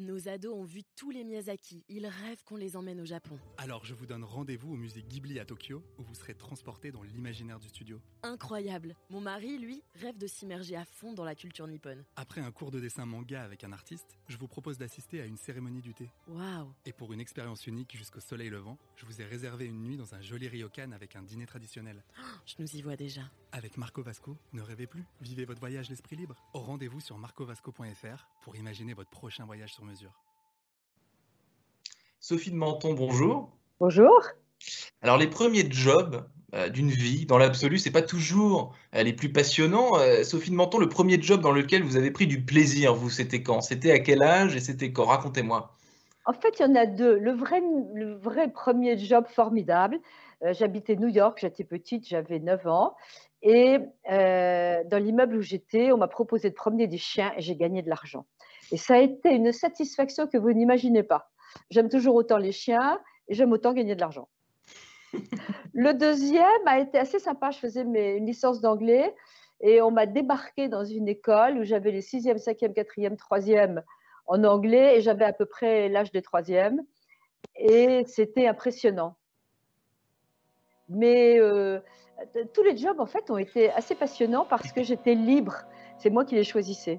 Nos ados ont vu tous les Miyazaki. Ils rêvent qu'on les emmène au Japon. Alors je vous donne rendez-vous au musée Ghibli à Tokyo, où vous serez transportés dans l'imaginaire du studio. Incroyable. Mon mari, lui, rêve de s'immerger à fond dans la culture nippone. Après un cours de dessin manga avec un artiste, je vous propose d'assister à une cérémonie du thé. Waouh. Et pour une expérience unique jusqu'au soleil levant, je vous ai réservé une nuit dans un joli ryokan avec un dîner traditionnel. Je nous y vois déjà. Avec Marco Vasco, ne rêvez plus, vivez votre voyage l'esprit libre. Au rendez-vous sur marcovasco.fr pour imaginer votre prochain voyage sur mesure. Sophie de Menton, bonjour. Bonjour. Alors les premiers jobs d'une vie, dans l'absolu, c'est pas toujours les plus passionnants. Sophie de Menton, le premier job dans lequel vous avez pris du plaisir, vous, c'était quand? C'était à quel âge et c'était quand? Racontez-moi. En fait, il y en a deux. Le vrai premier job formidable, j'habitais New York, j'étais petite, j'avais 9 ans. Et dans l'immeuble où j'étais, on m'a proposé de promener des chiens et j'ai gagné de l'argent. Et ça a été une satisfaction que vous n'imaginez pas. J'aime toujours autant les chiens et j'aime autant gagner de l'argent. Le deuxième a été assez sympa. Je faisais une licence d'anglais et on m'a débarqué dans une école où j'avais les 6e, 5e, 4e, 3e en anglais et j'avais à peu près l'âge des 3e. Et c'était impressionnant. Mais tous les jobs, en fait, ont été assez passionnants parce que j'étais libre. C'est moi qui les choisissais.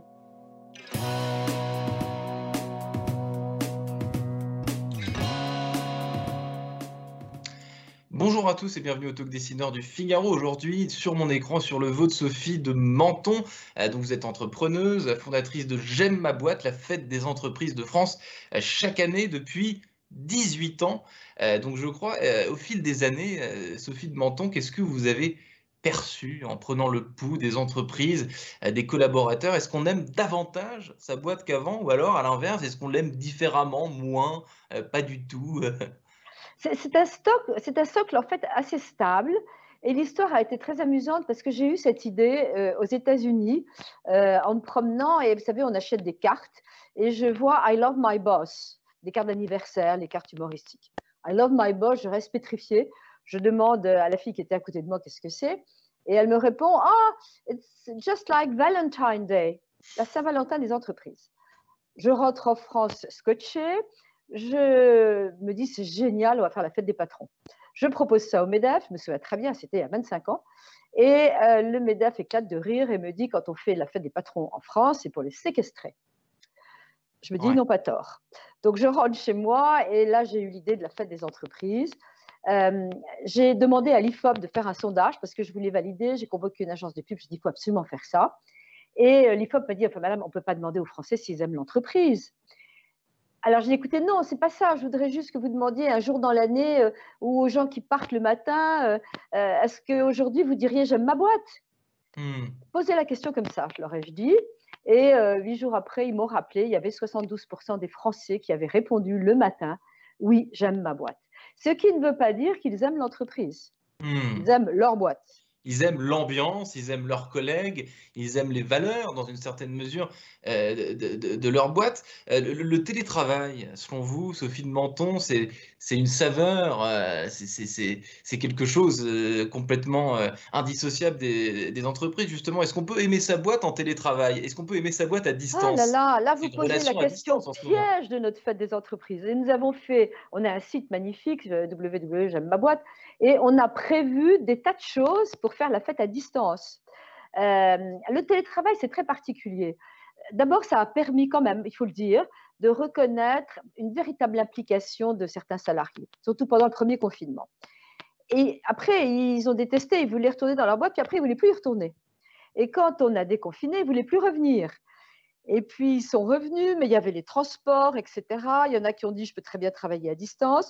Bonjour à tous et bienvenue au Talk Dessineur du Figaro. Aujourd'hui, sur mon écran, sur le vôtre, Sophie de Menton. Donc vous êtes entrepreneuse, fondatrice de J'aime ma boîte, la fête des entreprises de France, chaque année depuis 18 ans. Donc je crois, au fil des années, Sophie de Menton, qu'est-ce que vous avez perçu en prenant le pouls des entreprises, des collaborateurs? Est-ce qu'on aime davantage sa boîte qu'avant ou alors, à l'inverse, est-ce qu'on l'aime différemment, moins, pas du tout? C'est un socle en fait assez stable. Et l'histoire a été très amusante parce que j'ai eu cette idée aux États-Unis en me promenant. Et vous savez, on achète des cartes et je vois I love my boss, des cartes d'anniversaire, les cartes humoristiques. I love my boss, je reste pétrifiée. Je demande à la fille qui était à côté de moi qu'est-ce que c'est. Et elle me répond it's just like Valentine's Day, la Saint-Valentin des entreprises. Je rentre en France scotchée. Je me dis, c'est génial, on va faire la fête des patrons. Je propose ça au MEDEF, je me souviens très bien, c'était il y a 25 ans. Et le MEDEF éclate de rire et me dit, quand on fait la fête des patrons en France, c'est pour les séquestrer. Je me dis, ils n'ont pas tort. Donc, je rentre chez moi et là, j'ai eu l'idée de la fête des entreprises. J'ai demandé à l'IFOP de faire un sondage parce que je voulais valider. J'ai convoqué une agence de pub, je dis, il faut absolument faire ça. Et l'IFOP m'a dit, enfin, madame, on ne peut pas demander aux Français s'ils aiment l'entreprise. Alors, j'ai dit, écoutez, non, c'est pas ça. Je voudrais juste que vous demandiez un jour dans l'année ou aux gens qui partent le matin, est-ce qu'aujourd'hui, vous diriez j'aime ma boîte? Posez la question comme ça, je leur ai dit. Et 8 jours après, ils m'ont rappelé, il y avait 72% des Français qui avaient répondu le matin, oui, j'aime ma boîte. Ce qui ne veut pas dire qu'ils aiment l'entreprise. Ils aiment leur boîte. Ils aiment l'ambiance, ils aiment leurs collègues, ils aiment les valeurs, dans une certaine mesure, de leur boîte. Le télétravail, selon vous, Sophie de Menton, c'est une saveur, c'est quelque chose complètement indissociable des entreprises, justement. Est-ce qu'on peut aimer sa boîte en télétravail? Est-ce qu'on peut aimer sa boîte à distance? Ah là, vous posez la question piège de notre fête des entreprises. Et nous avons fait, on a un site magnifique, www.j'aime ma boîte, et on a prévu des tas de choses pour faire la fête à distance. Le télétravail, c'est très particulier. D'abord, ça a permis quand même, il faut le dire, de reconnaître une véritable implication de certains salariés, surtout pendant le premier confinement. Et après, ils ont détesté, ils voulaient retourner dans leur boîte, puis après, ils ne voulaient plus y retourner. Et quand on a déconfiné, ils ne voulaient plus revenir. Et puis, ils sont revenus, mais il y avait les transports, etc. Il y en a qui ont dit, je peux très bien travailler à distance.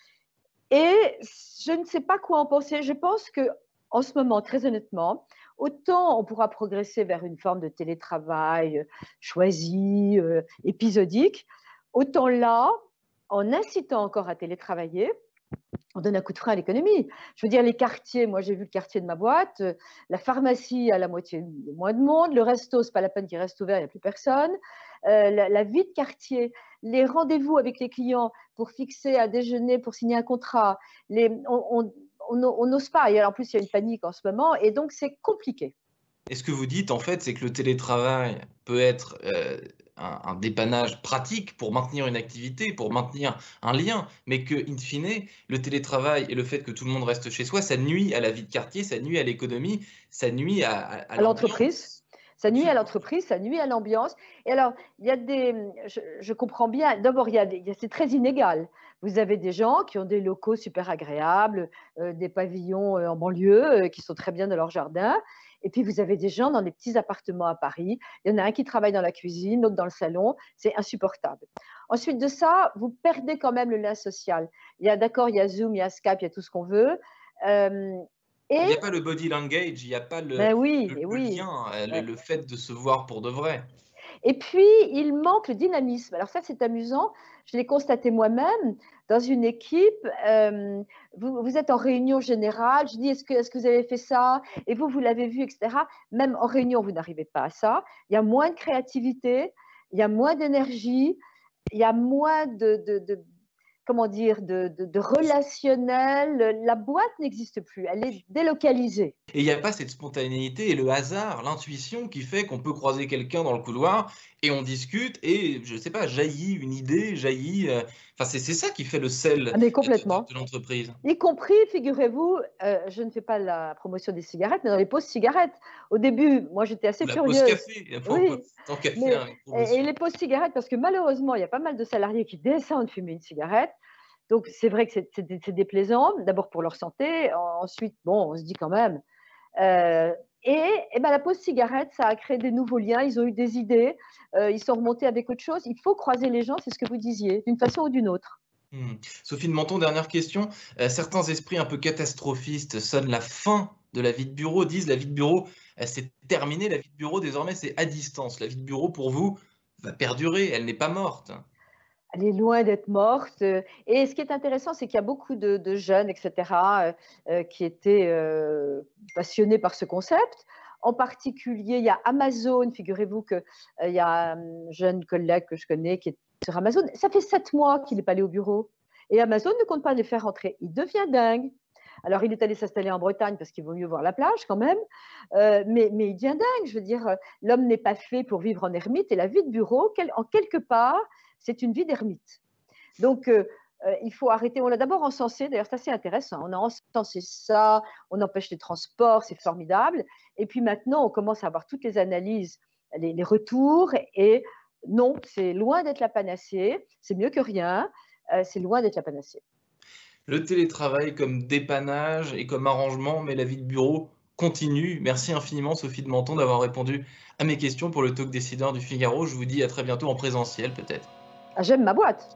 Et je ne sais pas quoi en penser. Je pense qu'en ce moment, très honnêtement, autant on pourra progresser vers une forme de télétravail choisi, épisodique, autant là, en incitant encore à télétravailler, on donne un coup de frein à l'économie. Je veux dire, les quartiers, moi j'ai vu le quartier de ma boîte, la pharmacie a la moitié moins de monde, le resto, c'est pas la peine qu'il reste ouvert, il n'y a plus personne. La vie de quartier, les rendez-vous avec les clients pour fixer un déjeuner, pour signer un contrat, on n'ose pas. Et en plus, il y a une panique en ce moment et donc c'est compliqué. Et ce que vous dites, en fait, c'est que le télétravail peut être un dépannage pratique pour maintenir une activité, pour maintenir un lien, mais que, in fine, le télétravail et le fait que tout le monde reste chez soi, ça nuit à la vie de quartier, ça nuit à l'économie, ça nuit à l'entreprise. l'ambiance. Ça nuit à l'entreprise, ça nuit à l'ambiance. Et alors, il y a je comprends bien. D'abord, c'est très inégal. Vous avez des gens qui ont des locaux super agréables, des pavillons en banlieue qui sont très bien dans leur jardin. Et puis, vous avez des gens dans des petits appartements à Paris. Il y en a un qui travaille dans la cuisine, l'autre dans le salon. C'est insupportable. Ensuite de ça, vous perdez quand même le lien social. D'accord, il y a Zoom, il y a Skype, il y a tout ce qu'on veut. Il n'y a pas le body language, il n'y a pas Ben oui, le lien, le fait de se voir pour de vrai. Et puis, il manque le dynamisme. Alors ça, c'est amusant. Je l'ai constaté moi-même dans une équipe. Vous êtes en réunion générale. Je dis, est-ce que vous avez fait ça? Et vous l'avez vu, etc. Même en réunion, vous n'arrivez pas à ça. Il y a moins de créativité, il y a moins d'énergie, il y a moins comment dire, de relationnel. La boîte n'existe plus. Elle est délocalisée. Et il n'y a pas cette spontanéité et le hasard, l'intuition qui fait qu'on peut croiser quelqu'un dans le couloir et on discute et, je ne sais pas, jaillit une idée, enfin, c'est ça qui fait le sel Mais complètement. de l'entreprise. Y compris, figurez-vous, je ne fais pas la promotion des cigarettes, mais dans les pauses cigarettes. Au début, moi, j'étais assez furieuse. La pause café, oui, tant qu'à faire une promotion. Et les pauses cigarettes, parce que malheureusement, il y a pas mal de salariés qui descendent fumer une cigarette. Donc, c'est vrai que c'est déplaisant, d'abord pour leur santé. Ensuite, bon, on se dit quand même. Et ben, la pause cigarette, ça a créé des nouveaux liens. Ils ont eu des idées. Ils sont remontés avec autre chose. Il faut croiser les gens, c'est ce que vous disiez, d'une façon ou d'une autre. Sophie de Menton, dernière question. Certains esprits un peu catastrophistes sonnent la fin de la vie de bureau, disent la vie de bureau, c'est terminé, la vie de bureau désormais c'est à distance. La vie de bureau pour vous va perdurer, elle n'est pas morte. Elle est loin d'être morte. Et ce qui est intéressant, c'est qu'il y a beaucoup de jeunes, etc., qui étaient passionnés par ce concept. En particulier, il y a Amazon. Figurez-vous qu'il y a un jeune collègue que je connais qui est sur Amazon. Ça fait 7 mois qu'il n'est pas allé au bureau. Et Amazon ne compte pas les faire rentrer. Il devient dingue. Alors, il est allé s'installer en Bretagne parce qu'il vaut mieux voir la plage quand même. Mais il devient dingue. Je veux dire, l'homme n'est pas fait pour vivre en ermite. Et la vie de bureau, en quelque part, c'est une vie d'ermite. Donc, il faut arrêter. On l'a d'abord encensé. D'ailleurs, c'est assez intéressant. On a encensé ça. On empêche les transports. C'est formidable. Et puis maintenant, on commence à avoir toutes les analyses, les retours. Et non, c'est loin d'être la panacée. C'est mieux que rien. C'est loin d'être la panacée. Le télétravail comme dépannage et comme arrangement, mais la vie de bureau continue. Merci infiniment, Sophie de Menton, d'avoir répondu à mes questions pour le Talk Décideur du Figaro. Je vous dis à très bientôt en présentiel, peut-être. Ah, j'aime ma boîte.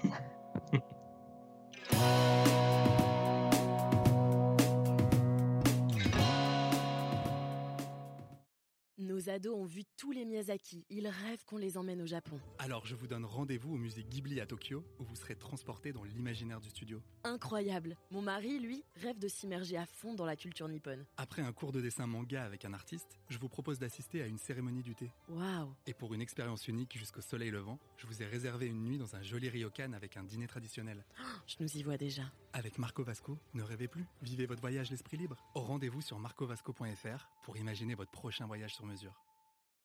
Nos ados ont vu tous les Miyazaki. Ils rêvent qu'on les emmène au Japon. Alors je vous donne rendez-vous au musée Ghibli à Tokyo, où vous serez transporté dans l'imaginaire du studio. Incroyable. Mon mari, lui, rêve de s'immerger à fond dans la culture nippone. Après un cours de dessin manga avec un artiste, je vous propose d'assister à une cérémonie du thé. Waouh. Et pour une expérience unique jusqu'au soleil levant, je vous ai réservé une nuit dans un joli ryokan avec un dîner traditionnel. Je nous y vois déjà. Avec Marco Vasco, ne rêvez plus, vivez votre voyage l'esprit libre. Au rendez-vous sur marcovasco.fr pour imaginer votre prochain voyage sur mesure.